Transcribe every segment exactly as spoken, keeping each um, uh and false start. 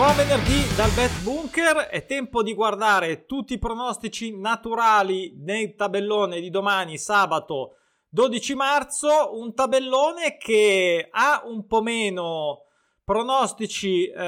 Buon venerdì dal Bet Bunker, è tempo di guardare tutti i pronostici naturali nel tabellone di domani, sabato dodici marzo, un tabellone che ha un po' meno pronostici eh,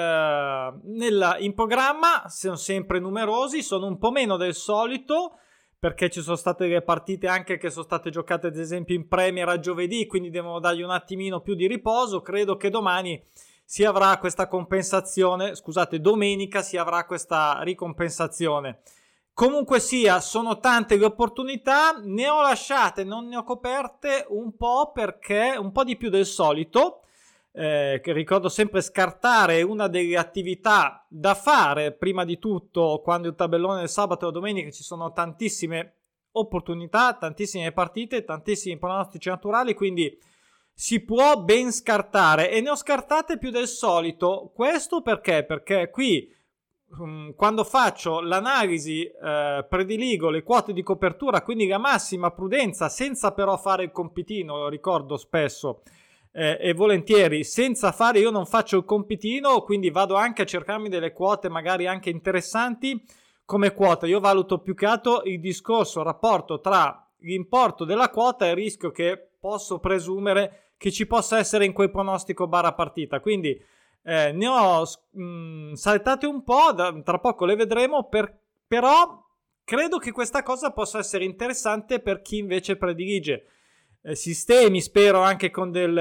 nel, in programma, sono sempre numerosi, sono un po' meno del solito, perché ci sono state le partite anche che sono state giocate ad esempio in Premier a giovedì, quindi devono dargli un attimino più di riposo. Credo che domani si avrà questa compensazione, scusate, domenica si avrà questa ricompensazione. Comunque sia, sono tante le opportunità, ne ho lasciate, non ne ho coperte un po' perché un po' di più del solito, eh, che ricordo sempre scartare una delle attività da fare prima di tutto quando il tabellone del sabato e la domenica ci sono tantissime opportunità, tantissime partite, tantissimi pronostici naturali, quindi si può ben scartare e ne ho scartate più del solito. Questo perché? Perché qui um, quando faccio l'analisi eh, prediligo le quote di copertura, quindi la massima prudenza, senza però fare il compitino, lo ricordo spesso eh, e volentieri, senza fare, io non faccio il compitino, quindi vado anche a cercarmi delle quote magari anche interessanti come quota. Io valuto più che altro il discorso, il rapporto tra l'importo della quota e il rischio che posso presumere che ci possa essere in quel pronostico barra partita. Quindi eh, ne ho mh, saltate un po', da, tra poco le vedremo, per, però credo che questa cosa possa essere interessante per chi invece predilige eh, sistemi, spero anche con del,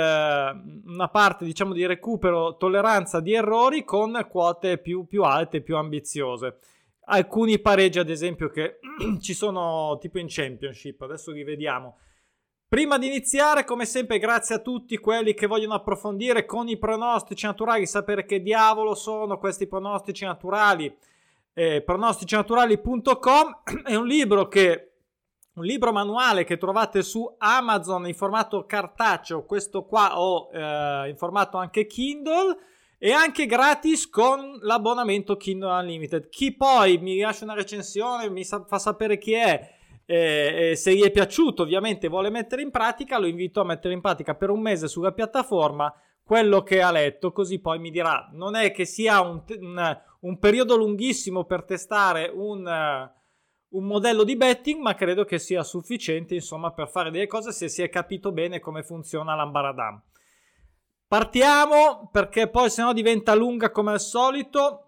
una parte diciamo di recupero, tolleranza di errori con quote più, più alte, più ambiziose. Alcuni pareggi ad esempio che ci sono tipo in Championship, adesso li vediamo. Prima di iniziare, come sempre, grazie a tutti quelli che vogliono approfondire con i pronostici naturali, sapere che diavolo sono questi pronostici naturali. Eh, pronostici naturali punto com è un libro che un libro manuale che trovate su Amazon in formato cartaceo, questo qua o eh, in formato anche Kindle, e anche gratis con l'abbonamento Kindle Unlimited. Chi poi mi lascia una recensione, mi sa- fa sapere chi è, e se gli è piaciuto, ovviamente vuole mettere in pratica, lo invito a mettere in pratica per un mese sulla piattaforma quello che ha letto, così poi mi dirà. Non è che sia un, un, un periodo lunghissimo per testare un, un modello di betting, ma credo che sia sufficiente insomma per fare delle cose se si è capito bene come funziona l'ambaradam. Partiamo, perché poi sennò diventa lunga come al solito.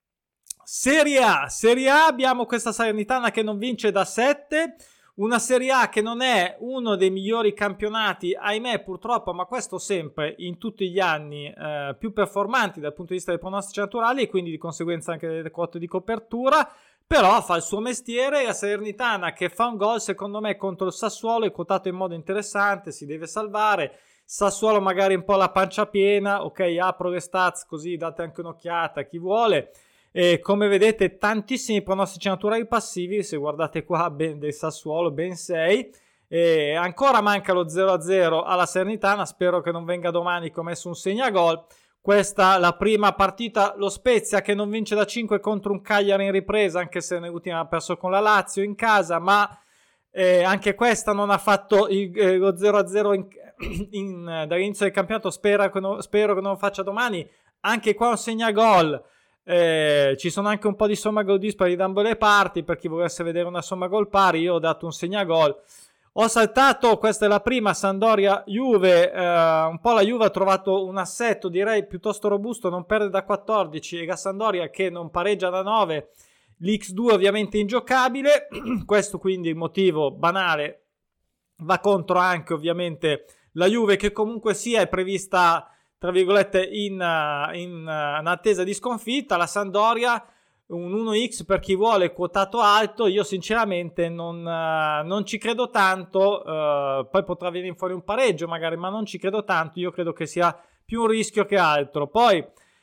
Serie A, Serie A abbiamo questa Salernitana che non vince da sette, una Serie A che non è uno dei migliori campionati, ahimè purtroppo, ma questo sempre in tutti gli anni eh, più performanti dal punto di vista dei pronostici naturali e quindi di conseguenza anche delle quote di copertura, però fa il suo mestiere. La Salernitana che fa un gol secondo me contro il Sassuolo, è quotato in modo interessante, si deve salvare. Sassuolo magari un po' la pancia piena, ok, apro le stats così date anche un'occhiata a chi vuole. E come vedete tantissimi pronostici naturali passivi, se guardate qua ben, del Sassuolo ben sei, e ancora manca lo zero a zero alla Salernitana, spero che non venga domani commesso un segnagol. Questa la prima partita, lo Spezia che non vince da cinque contro un Cagliari in ripresa, anche se nell'ultima ha perso con la Lazio in casa, ma eh, anche questa non ha fatto il, eh, lo zero a zero in, in, dall'inizio del campionato, spero che, non, spero che non lo faccia domani. Anche qua un segnagol. Eh, ci sono anche un po' di somma gol dispari da ambo le parti, per chi volesse vedere una somma gol pari. Io ho dato un segnagol, ho saltato, questa è la prima, Sampdoria Juve, eh, un po' la Juve ha trovato un assetto direi piuttosto robusto, non perde da quattordici, e la Sampdoria che non pareggia da nove, l'X due ovviamente ingiocabile. Questo quindi il motivo banale, va contro anche ovviamente la Juve che comunque sia è prevista tra virgolette in, in, in attesa di sconfitta. La Sampdoria un uno x per chi vuole quotato alto, io sinceramente non, non ci credo tanto, uh, poi potrà venire fuori un pareggio magari, ma non ci credo tanto, io credo che sia più un rischio che altro. Poi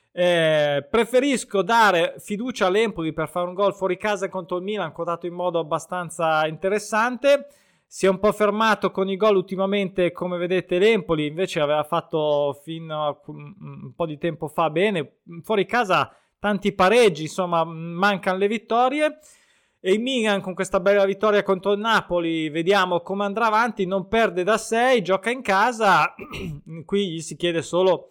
eh, preferisco dare fiducia all'Empoli per fare un gol fuori casa contro il Milan, quotato in modo abbastanza interessante. Si è un po' fermato con i gol ultimamente, come vedete l'Empoli invece aveva fatto fino a un po' di tempo fa bene, fuori casa tanti pareggi, insomma mancano le vittorie, e il Milan con questa bella vittoria contro il Napoli vediamo come andrà avanti, non perde da sei, gioca in casa, qui gli si chiede solo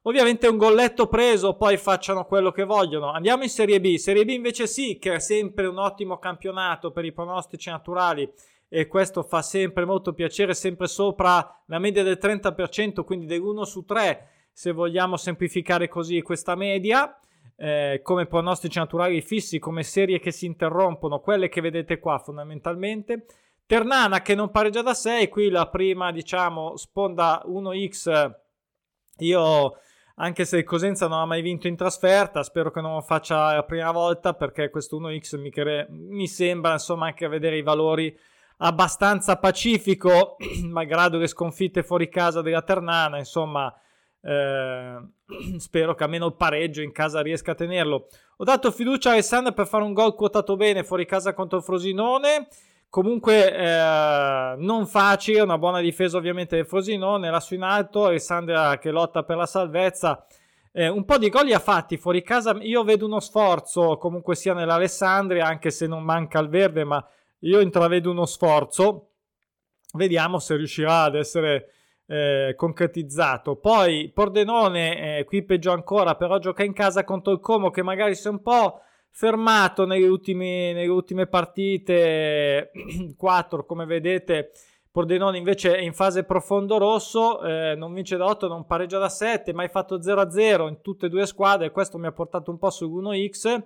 ovviamente un golletto preso, poi facciano quello che vogliono. Andiamo in Serie B. Serie B invece sì, che è sempre un ottimo campionato per i pronostici naturali, e questo fa sempre molto piacere, sempre sopra la media del trenta per cento, quindi dell'uno su tre, se vogliamo semplificare così questa media. Eh, come pronostici naturali fissi, come serie che si interrompono, quelle che vedete qua fondamentalmente. Ternana che non pareggia da sei, qui la prima, diciamo, sponda uno x. Io, anche se il Cosenza non ha mai vinto in trasferta, spero che non lo faccia la prima volta, perché questo uno x mi, cre- mi sembra, insomma, anche a vedere i valori, abbastanza pacifico, malgrado le sconfitte fuori casa della Ternana. Insomma, eh, spero che almeno il pareggio in casa riesca a tenerlo. Ho dato fiducia a Alessandra per fare un gol quotato bene fuori casa contro il Frosinone. Comunque eh, non facile, una buona difesa ovviamente del Frosinone, lasso in alto, Alessandra che lotta per la salvezza. Eh, un po' di gol li ha fatti fuori casa. Io vedo uno sforzo comunque sia nell'Alessandria, anche se non manca il verde, ma io intravedo uno sforzo. Vediamo se riuscirà ad essere eh, concretizzato. Poi Pordenone, eh, qui peggio ancora, però gioca in casa contro il Como, che magari si è un po' fermato nelle ultime, nelle ultime partite, quattro come vedete. Pordenone invece è in fase profondo rosso, eh, non vince da otto, non pareggia da sette, mai fatto zero a zero in tutte e due squadre. Questo mi ha portato un po' sull'uno x.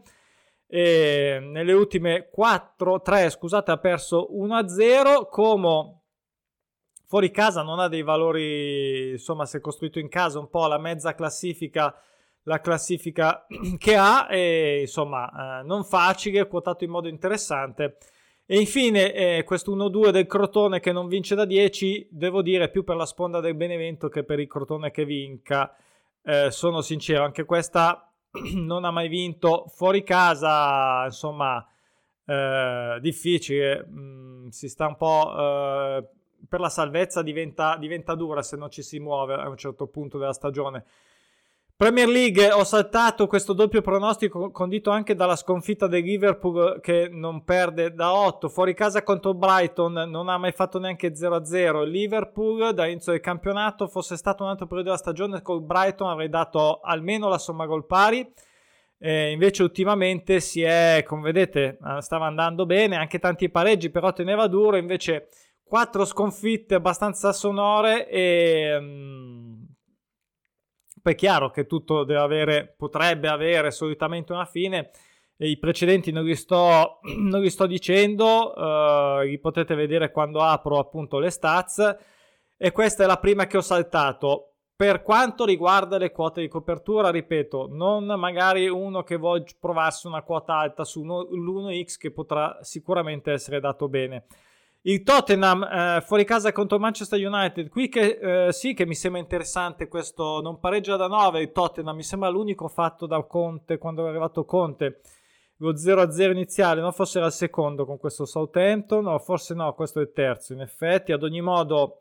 E nelle ultime quattro, tre scusate, ha perso uno a zero. Como fuori casa non ha dei valori, insomma, si è costruito in casa un po' la mezza classifica, la classifica che ha, e insomma eh, non facile, quotato in modo interessante. E infine eh, questo uno due del Crotone che non vince da dieci, devo dire più per la sponda del Benevento che per il Crotone che vinca, eh, sono sincero, anche questa non ha mai vinto fuori casa, insomma eh, difficile, mm, si sta un po' eh, per la salvezza diventa, diventa dura se non ci si muove a un certo punto della stagione. Premier League, ho saltato questo doppio pronostico condito anche dalla sconfitta del Liverpool che non perde da otto, fuori casa contro Brighton, non ha mai fatto neanche zero a zero. Il Liverpool dall'inizio del campionato, fosse stato un altro periodo della stagione col Brighton avrei dato almeno la somma gol pari, eh, invece ultimamente si è, come vedete, stava andando bene, anche tanti pareggi, però teneva duro. Invece quattro sconfitte abbastanza sonore e... Um, poi è chiaro che tutto deve avere, potrebbe avere solitamente una fine, e i precedenti non li sto, non li sto dicendo, uh, li potete vedere quando apro appunto le stats, e questa è la prima che ho saltato. Per quanto riguarda le quote di copertura, ripeto, non magari uno che vuole provarsi una quota alta sull'uno x che potrà sicuramente essere dato bene. Il Tottenham eh, fuori casa contro Manchester United, qui che eh, sì che mi sembra interessante questo non pareggia da nove. Il Tottenham mi sembra l'unico fatto da Conte quando è arrivato Conte, lo zero a zero iniziale, no? Forse era il secondo con questo Southampton, no, forse no, questo è il terzo in effetti. Ad ogni modo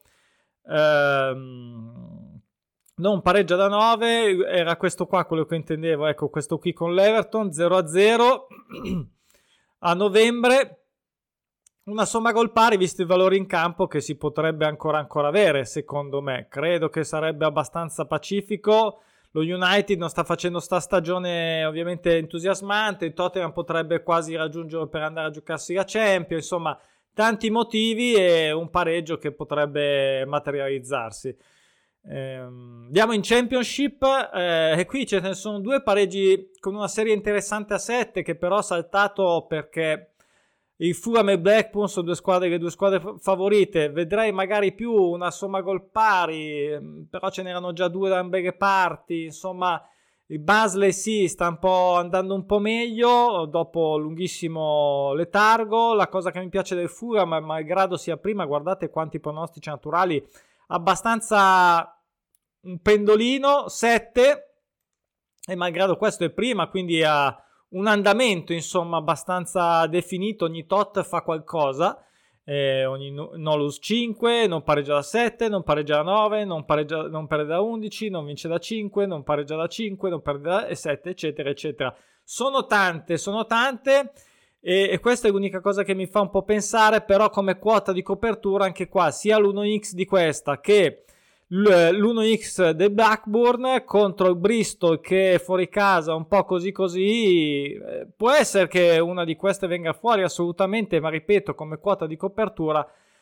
ehm, non pareggia da nove, era questo qua quello che intendevo, ecco, questo qui con l'Everton zero a zero a novembre. Una somma gol pari, visto i valori in campo, che si potrebbe ancora ancora avere, secondo me. Credo che sarebbe abbastanza pacifico. Lo United non sta facendo sta stagione ovviamente entusiasmante, il Tottenham potrebbe quasi raggiungerlo per andare a giocarsi la Champions, insomma tanti motivi e un pareggio che potrebbe materializzarsi. Eh, andiamo in Championship eh, e qui ce ne sono due pareggi con una serie interessante a sette, che però ho saltato perché il Fulham e il Blackpool sono due squadre, le due squadre favorite. Vedrei magari più una somma gol pari, però ce n'erano già due da ambe le parti. Insomma, il Barnsley sì, sta un po' andando un po' meglio dopo lunghissimo letargo. La cosa che mi piace del Fulham, malgrado sia prima, guardate quanti pronostici naturali, abbastanza un pendolino, sette, e malgrado questo è prima, quindi ha un andamento insomma abbastanza definito, ogni tot fa qualcosa, eh, ogni Nolus cinque, non pareggia da sette, non pareggia da nove, non, pareggia, non perde da undici, non vince da cinque, non pareggia da cinque, non perde da sette, eccetera eccetera. Sono tante, sono tante e, e questa è l'unica cosa che mi fa un po' pensare, però come quota di copertura anche qua sia l'uno x di questa che l'uno X del Blackburn contro il Bristol che è fuori casa un po' così così. Può essere che una di queste venga fuori assolutamente, ma ripeto, come quota di copertura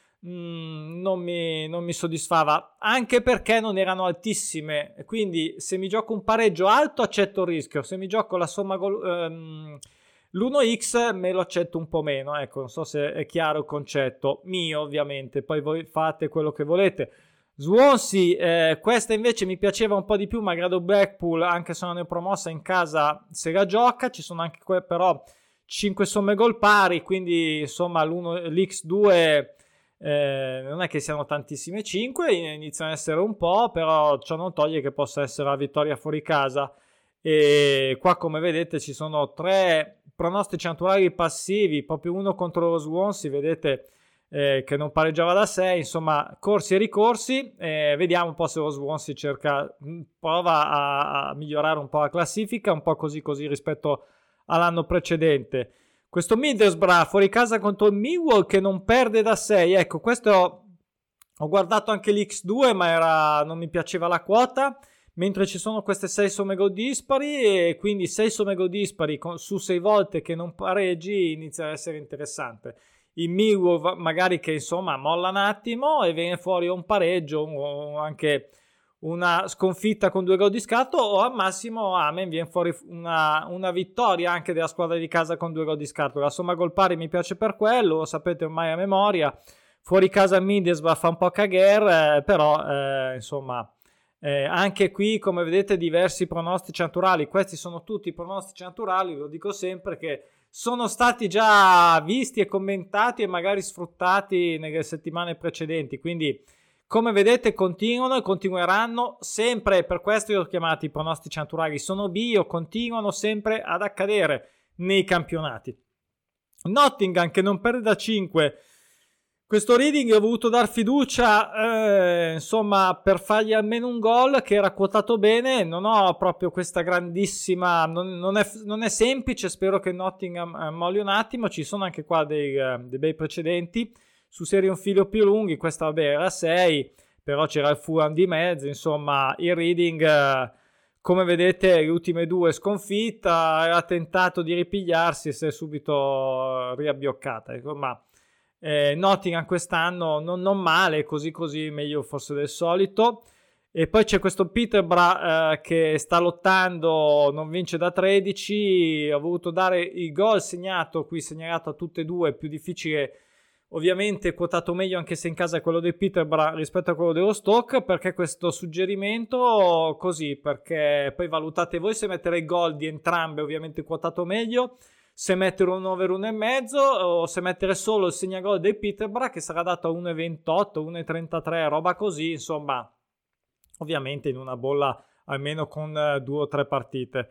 mh, non, mi, non mi soddisfava, anche perché non erano altissime, quindi se mi gioco un pareggio alto accetto il rischio, se mi gioco la somma gol, ehm, l'uno X me lo accetto un po' meno, ecco, non so se è chiaro il concetto mio, ovviamente, poi voi fate quello che volete. Swansea, eh, questa invece mi piaceva un po' di più, malgrado Blackpool, anche se non è promossa, in casa se la gioca, ci sono anche que- però cinque somme gol pari, quindi insomma l'X due eh, non è che siano tantissime cinque, iniziano ad essere un po', però ciò non toglie che possa essere la vittoria fuori casa. E qua come vedete ci sono tre pronostici naturali passivi, proprio uno contro lo Swansea, vedete eh, che non pareggiava da sei, insomma corsi e ricorsi, eh, vediamo un po' se lo Swansea cerca, prova a, a migliorare un po' la classifica, un po' così così rispetto all'anno precedente. Questo Middlesbrough fuori casa contro il Millwall che non perde da sei, ecco questo ho guardato anche l'X due ma era, non mi piaceva la quota, mentre ci sono queste sei somme gol dispari e quindi sei somme gol dispari con, su sei volte che non pareggi inizia ad essere interessante. Il Millwall magari che insomma molla un attimo e viene fuori un pareggio o anche una sconfitta con due gol di scatto, o al massimo amen viene fuori una, una vittoria anche della squadra di casa con due gol di scatto. La somma gol pari mi piace per quello, lo sapete ormai a memoria. Fuori casa Middlesbrough fa un po' cagher, eh, però eh, insomma Eh, anche qui come vedete diversi pronostici naturali, questi sono tutti pronostici naturali, lo dico sempre, che sono stati già visti e commentati e magari sfruttati nelle settimane precedenti, quindi come vedete continuano e continueranno sempre, per questo li ho chiamati pronostici naturali, sono bio, continuano sempre ad accadere nei campionati. Nottingham che non perde da cinque. Questo reading ho voluto dar fiducia eh, insomma per fargli almeno un gol che era quotato bene, non ho proprio questa grandissima, non, non, è, non è semplice, spero che Nottingham eh, molli un attimo, ci sono anche qua dei, uh, dei bei precedenti, su serie un filo più lunghi, questa vabbè era sei, però c'era il Fulham di mezzo, insomma il reading uh, come vedete le ultime due sconfitta, ha tentato di ripigliarsi e si è subito riabbioccata, insomma. Eh, Nottingham quest'anno non, non male, così così meglio forse del solito. E poi c'è questo Peterborough eh, che sta lottando, non vince da tredici, ho voluto dare il gol segnato, qui segnalato a tutte e due, più difficile ovviamente, quotato meglio anche se in casa è quello del Peterborough rispetto a quello dello Stoke, perché questo suggerimento così, perché poi valutate voi se mettere il gol di entrambe, ovviamente quotato meglio, se mettere un over uno e mezzo o se mettere solo il segnagol del Peterborough che sarà dato a uno e ventotto, uno e trentatré, roba così, insomma ovviamente in una bolla almeno con uh, due o tre partite.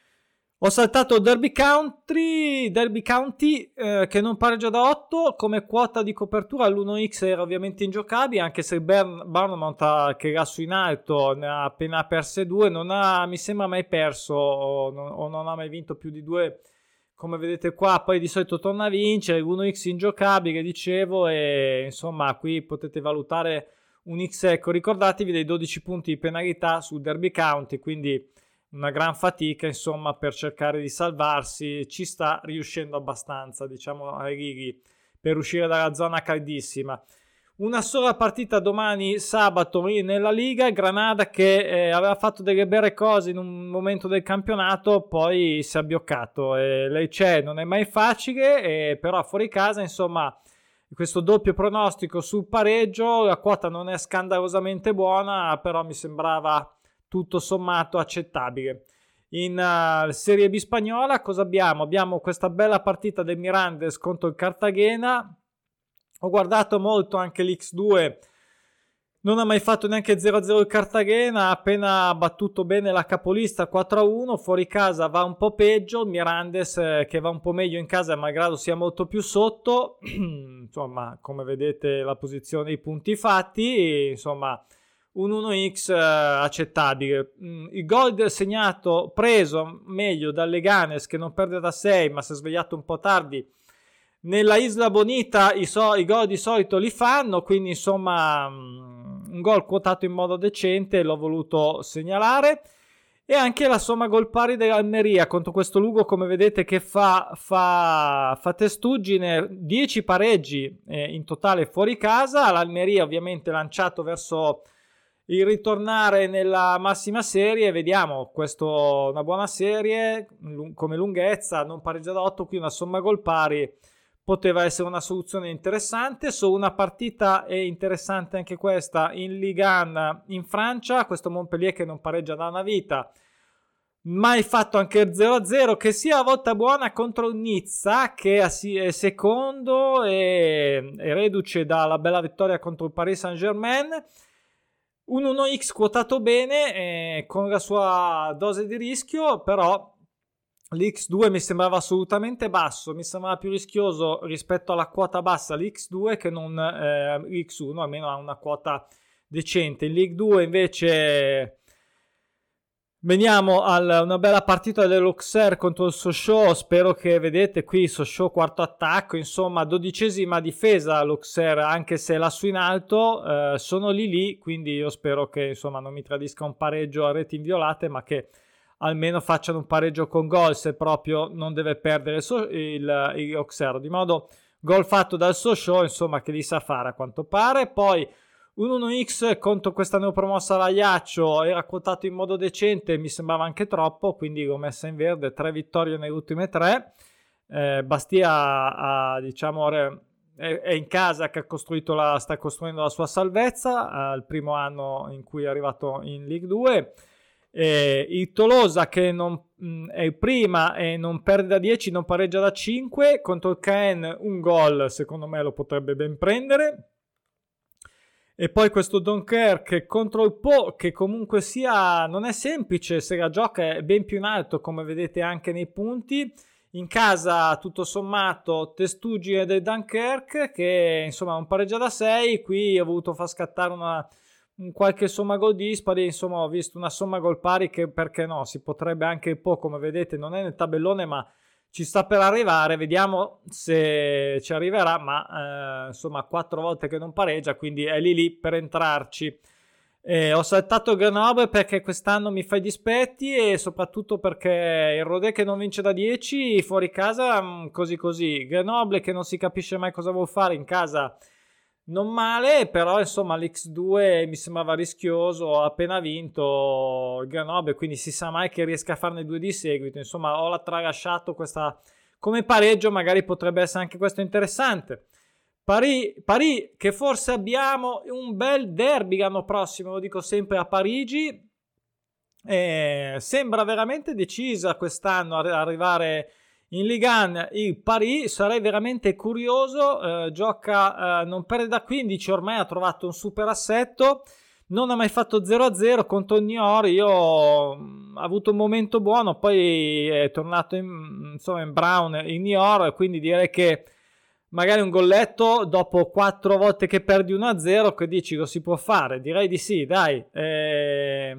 Ho saltato Derby County, Derby County eh, che non pareggia da otto, come quota di copertura l'uno X era ovviamente ingiocabile, anche se il Bern- Bournemouth che era su in alto ne ha appena perse due, non ha, mi sembra mai perso o non, o non ha mai vinto più di due. Come vedete qua, poi di solito torna a vincere, uno X ingiocabile, dicevo, e insomma qui potete valutare un X, ecco, ricordatevi dei dodici punti di penalità su Derby County, quindi una gran fatica, insomma, per cercare di salvarsi, ci sta riuscendo abbastanza, diciamo, ai righi, per uscire dalla zona caldissima. Una sola partita domani sabato nella Liga, Granada che eh, aveva fatto delle belle cose in un momento del campionato, poi si è abbioccato. E lei c'è, non è mai facile, eh, però fuori casa, insomma, questo doppio pronostico sul pareggio, la quota non è scandalosamente buona, però mi sembrava tutto sommato accettabile. In uh, Serie B spagnola cosa abbiamo? Abbiamo questa bella partita del Mirandes contro il Cartagena. Ho guardato molto anche l'X due, non ha mai fatto neanche zero a zero il Cartagena, ha appena battuto bene la capolista quattro a uno, fuori casa va un po' peggio, Mirandes eh, che va un po' meglio in casa malgrado sia molto più sotto, insomma come vedete la posizione dei punti fatti, insomma un uno X eh, accettabile. Mm, il gol segnato, preso meglio dal Leganes che non perde da sei ma si è svegliato un po' tardi, nella Isla Bonita i, so, i gol di solito li fanno, quindi insomma un gol quotato in modo decente, l'ho voluto segnalare. E anche la somma gol pari dell'Almeria contro questo Lugo, come vedete, che fa, fa, fa testuggine, dieci pareggi eh, in totale fuori casa. L'Almeria ovviamente lanciato verso il ritornare nella massima serie. Vediamo, questo una buona serie come lunghezza, non pareggia da otto, qui una somma gol pari poteva essere una soluzione interessante. Su una partita è interessante anche questa in Ligue uno in Francia, questo Montpellier che non pareggia da una vita, mai fatto anche zero a zero, che sia a volta buona contro il Nizza che è secondo e è reduce dalla bella vittoria contro il Paris Saint-Germain. Un uno x quotato bene eh, con la sua dose di rischio, però l'X due mi sembrava assolutamente basso, mi sembrava più rischioso rispetto alla quota bassa l'X due che non eh, l'X uno, almeno ha una quota decente. In League due invece veniamo a una bella partita dell'Auxerre contro il Sochaux. Spero che vedete qui Sochaux quarto attacco, insomma dodicesima difesa l'Auxerre, anche se lassù in alto eh, sono lì lì, quindi io spero che insomma non mi tradisca un pareggio a reti inviolate, ma che almeno facciano un pareggio con gol se proprio non deve perdere il, il Auxerre, di modo gol fatto dal Sochaux, insomma, che li sa fare a quanto pare. Poi un uno x contro questa neopromossa L'Ajaccio era quotato in modo decente, mi sembrava anche troppo, quindi l'ho messa in verde. Tre vittorie nelle ultime tre. eh, Bastia ha, diciamo, è in casa che ha costruito la, sta costruendo la sua salvezza al primo anno in cui è arrivato in Ligue due. Eh, il Tolosa che non, mh, è prima e non perde da dieci, non pareggia da cinque. Contro il Caen un gol secondo me lo potrebbe ben prendere. E poi questo Dunkerque contro il Po, che comunque sia non è semplice, se la gioca è ben più in alto, come vedete anche nei punti. In casa tutto sommato testuggine del Dunkerque che insomma non pareggia da sei. Qui ho voluto far scattare una qualche somma gol dispari, insomma ho visto una somma gol pari che, perché no, si potrebbe anche un po', come vedete non è nel tabellone ma ci sta per arrivare, vediamo se ci arriverà, ma eh, insomma quattro volte che non pareggia, quindi è lì lì per entrarci. Eh, ho saltato Grenoble perché quest'anno mi fa i dispetti e soprattutto perché il Rodé che non vince da dieci fuori casa mh, così così, Grenoble che non si capisce mai cosa vuol fare in casa non male, però insomma l'X due mi sembrava rischioso, ha appena vinto il Grenoble, quindi si sa mai che riesca a farne due di seguito. Insomma ho la tralasciato questa come pareggio, magari potrebbe essere anche questo interessante. Paris, Paris che forse abbiamo un bel derby l'anno prossimo, lo dico sempre, a Parigi. Eh, sembra veramente decisa quest'anno ad arrivare in Ligue uno il Paris, sarei veramente curioso. Eh, gioca, eh, non perde da quindici, ormai ha trovato un super assetto, non ha mai fatto zero a zero contro il Niort. Io ho avuto un momento buono, poi è tornato in, insomma, in Brown in Niort, quindi direi che magari un golletto dopo quattro volte che perdi uno a zero, che dici lo si può fare? Direi di sì, dai. Eh...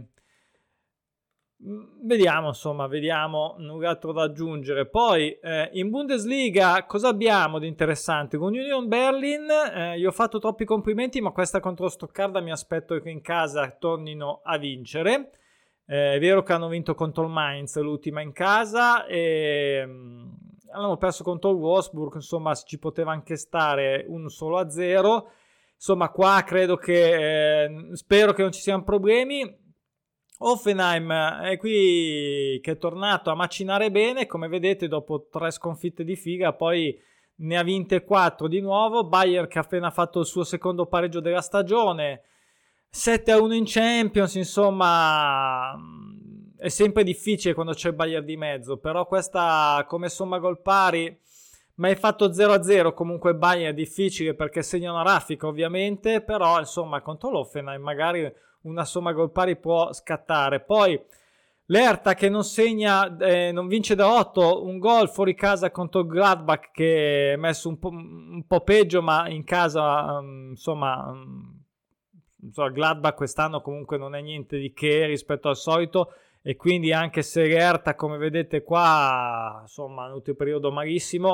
Vediamo, insomma, vediamo, null'altro da aggiungere. Poi eh, in Bundesliga cosa abbiamo di interessante? Con Union Berlin eh, gli ho fatto troppi complimenti, ma questa contro Stoccarda mi aspetto che in casa tornino a vincere. Eh, è vero che hanno vinto contro il Mainz l'ultima in casa e mh, hanno perso contro il Wolfsburg, insomma ci poteva anche stare un solo a zero. Insomma qua credo che eh, spero che non ci siano problemi. Hoffenheim è qui che è tornato a macinare bene, come vedete, dopo tre sconfitte di figa, poi ne ha vinte quattro di nuovo. Bayern che ha appena fatto il suo secondo pareggio della stagione, sette a uno in Champions, insomma è sempre difficile quando c'è il Bayern di mezzo, però questa come somma gol pari, ma è fatto zero a zero, comunque il Bayern è difficile perché segna una raffica ovviamente, però insomma contro l'Hoffenheim magari una somma gol pari può scattare. Poi l'Hertha che non segna, eh, non vince da otto, un gol fuori casa contro il Gladbach che è messo un po', un po' peggio, ma in casa um, insomma um, insomma, Gladbach quest'anno comunque non è niente di che rispetto al solito, e quindi anche se l'Hertha come vedete qua insomma nell'ultimo periodo malissimo,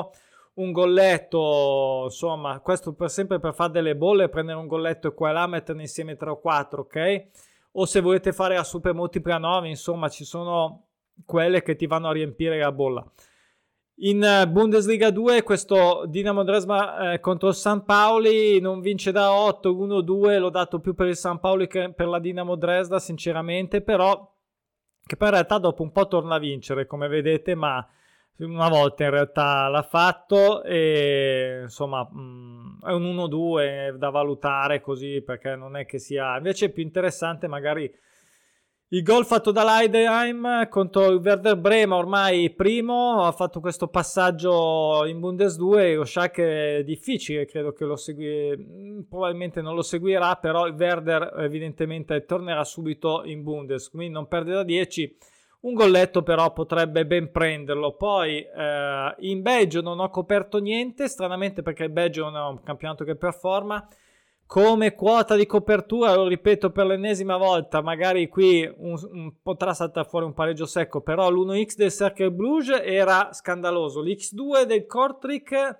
un golletto, insomma, questo per sempre per fare delle bolle, prendere un golletto e qua e là, metterne insieme tre o quattro, ok? O se volete fare a super multipla nove, insomma, ci sono quelle che ti vanno a riempire la bolla. In Bundesliga due questo Dinamo Dresda eh, contro il San Paoli non vince da otto, uno due, l'ho dato più per il San Paoli che per la Dinamo Dresda sinceramente, però che poi in realtà dopo un po' torna a vincere come vedete, ma una volta in realtà l'ha fatto e insomma mh, è un uno due da valutare così, perché non è che sia, invece è più interessante magari il gol fatto dall'Heidenheim contro il Werder Brema, ormai primo, ha fatto questo passaggio in Bundes due, lo Schalke è difficile, credo che lo segui, probabilmente non lo seguirà, però il Werder evidentemente tornerà subito in Bundes, quindi non perde da dieci, un golletto però potrebbe ben prenderlo. Poi eh, in Belgio non ho coperto niente, stranamente perché il Belgio non è un campionato che performa. Come quota di copertura, lo ripeto per l'ennesima volta, magari qui un, un, potrà saltare fuori un pareggio secco, però l'uno x del Cercle Bruges era scandaloso, l'X due del Kortrijk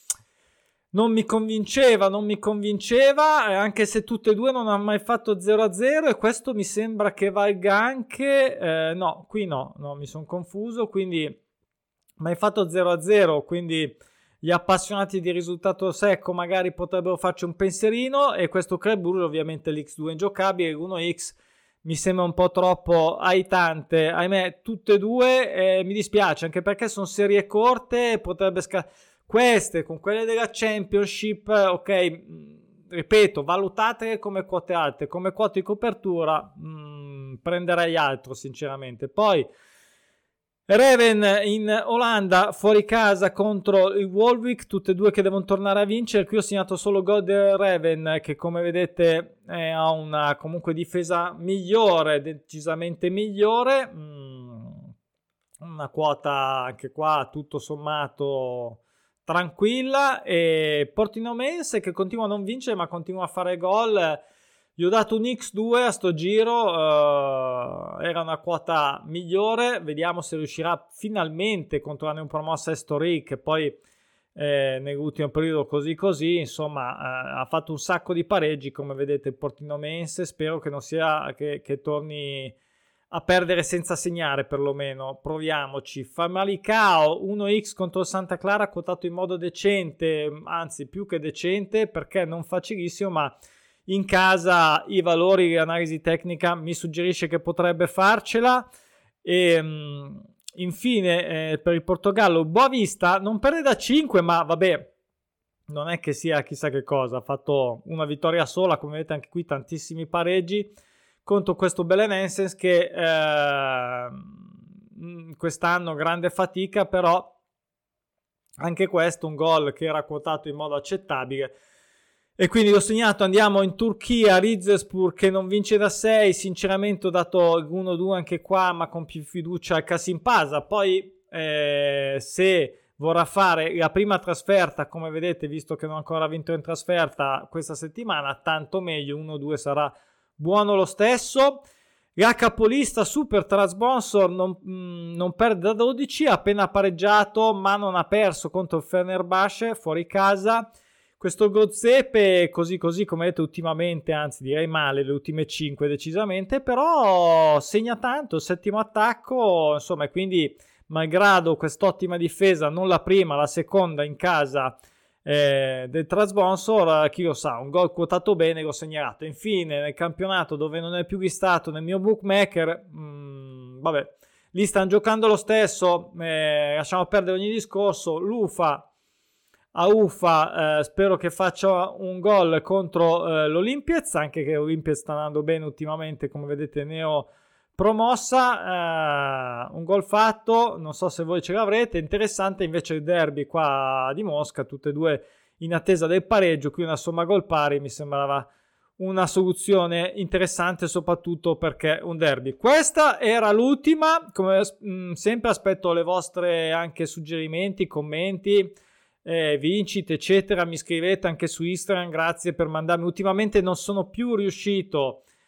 non mi convinceva, non mi convinceva, anche se tutte e due non hanno mai fatto zero a zero, e questo mi sembra che valga anche, eh, no, qui no, no, mi sono confuso, quindi mai fatto zero a zero, quindi gli appassionati di risultato secco magari potrebbero farci un pensierino, e questo Club Brugge ovviamente l'X due è ingiocabile, l'uno x mi sembra un po' troppo aitante, ahimè tutte e due, eh, mi dispiace anche perché sono serie corte, potrebbe sca- queste con quelle della Championship, ok, ripeto, valutate come quote alte, come quote di copertura mh, prenderei altro sinceramente. Poi Reven in Olanda fuori casa contro il Wolwijk, tutte e due che devono tornare a vincere. Qui ho segnato solo gol del Reven, che come vedete eh, ha una comunque difesa migliore, decisamente migliore, mm, una quota anche qua tutto sommato tranquilla. E Portimonense che continua a non vincere ma continua a fare gol. Gli ho dato un X due a sto giro, uh, era una quota migliore, vediamo se riuscirà finalmente contro la neopromossa Estoril, che poi eh, nell'ultimo periodo così così, insomma uh, ha fatto un sacco di pareggi come vedete il Portimonense, spero che non sia che, che torni a perdere senza segnare perlomeno, proviamoci. Famalicão uno x contro Santa Clara, quotato in modo decente, anzi più che decente perché non facilissimo, ma in casa i valori e l'analisi tecnica mi suggerisce che potrebbe farcela. E um, infine eh, per il Portogallo Boavista non perde da cinque, ma vabbè non è che sia chissà che cosa, ha fatto una vittoria sola, come vedete anche qui tantissimi pareggi contro questo Belenenses che eh, quest'anno grande fatica, però anche questo un gol che era quotato in modo accettabile. E quindi l'ho segnato, andiamo in Turchia, Rizespor che non vince da sei, sinceramente ho dato uno due anche qua, ma con più fiducia al Kasimpasa. Poi eh, se vorrà fare la prima trasferta, come vedete, visto che non ha ancora vinto in trasferta questa settimana, tanto meglio, uno due sarà buono lo stesso. La capolista Super Trabzonspor non, mh, non perde da dodici, ha appena pareggiato ma non ha perso contro il Fenerbahce fuori casa. Questo Gozepe così così come vedete ultimamente, anzi direi male le ultime cinque decisamente, però segna tanto, il settimo attacco, insomma, e quindi malgrado quest'ottima difesa, non la prima, la seconda in casa eh, del Trabzonspor, chi lo sa, un gol quotato bene l'ho segnalato. Infine nel campionato dove non è più listato nel mio bookmaker, mh, vabbè, lì stanno giocando lo stesso, eh, lasciamo perdere ogni discorso, l'Ufa a Ufa eh, spero che faccia un gol contro eh, l'Olimpiez, anche che l'Olimpiez sta andando bene ultimamente, come vedete neo promossa, eh, un gol fatto, non so se voi ce l'avrete. Interessante invece il derby qua di Mosca, tutte e due in attesa del pareggio, qui una somma gol pari mi sembrava una soluzione interessante, soprattutto perché un derby. Questa era l'ultima, come mh, sempre aspetto le vostre anche suggerimenti, commenti, Eh, vincite eccetera, mi scrivete anche su Instagram, grazie per mandarmi. Ultimamente non sono più riuscito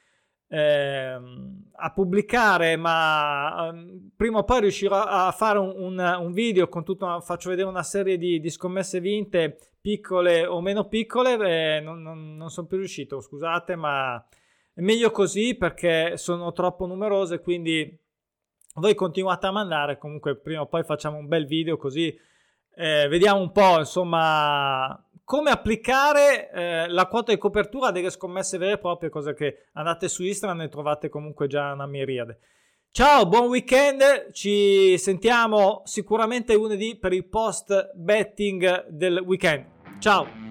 eh, a pubblicare, ma eh, prima o poi riuscirò a fare un, un, un video con tutto, faccio vedere una serie di, di scommesse vinte, piccole o meno piccole. eh, non, non, non sono più riuscito, scusate, ma è meglio così perché sono troppo numerose, quindi voi continuate a mandare, comunque prima o poi facciamo un bel video così eh, vediamo un po', insomma, come applicare eh, la quota di copertura delle scommesse vere e proprie, cosa che andate su Instagram e trovate comunque già una miriade. Ciao, buon weekend, ci sentiamo sicuramente lunedì per il post betting del weekend. Ciao!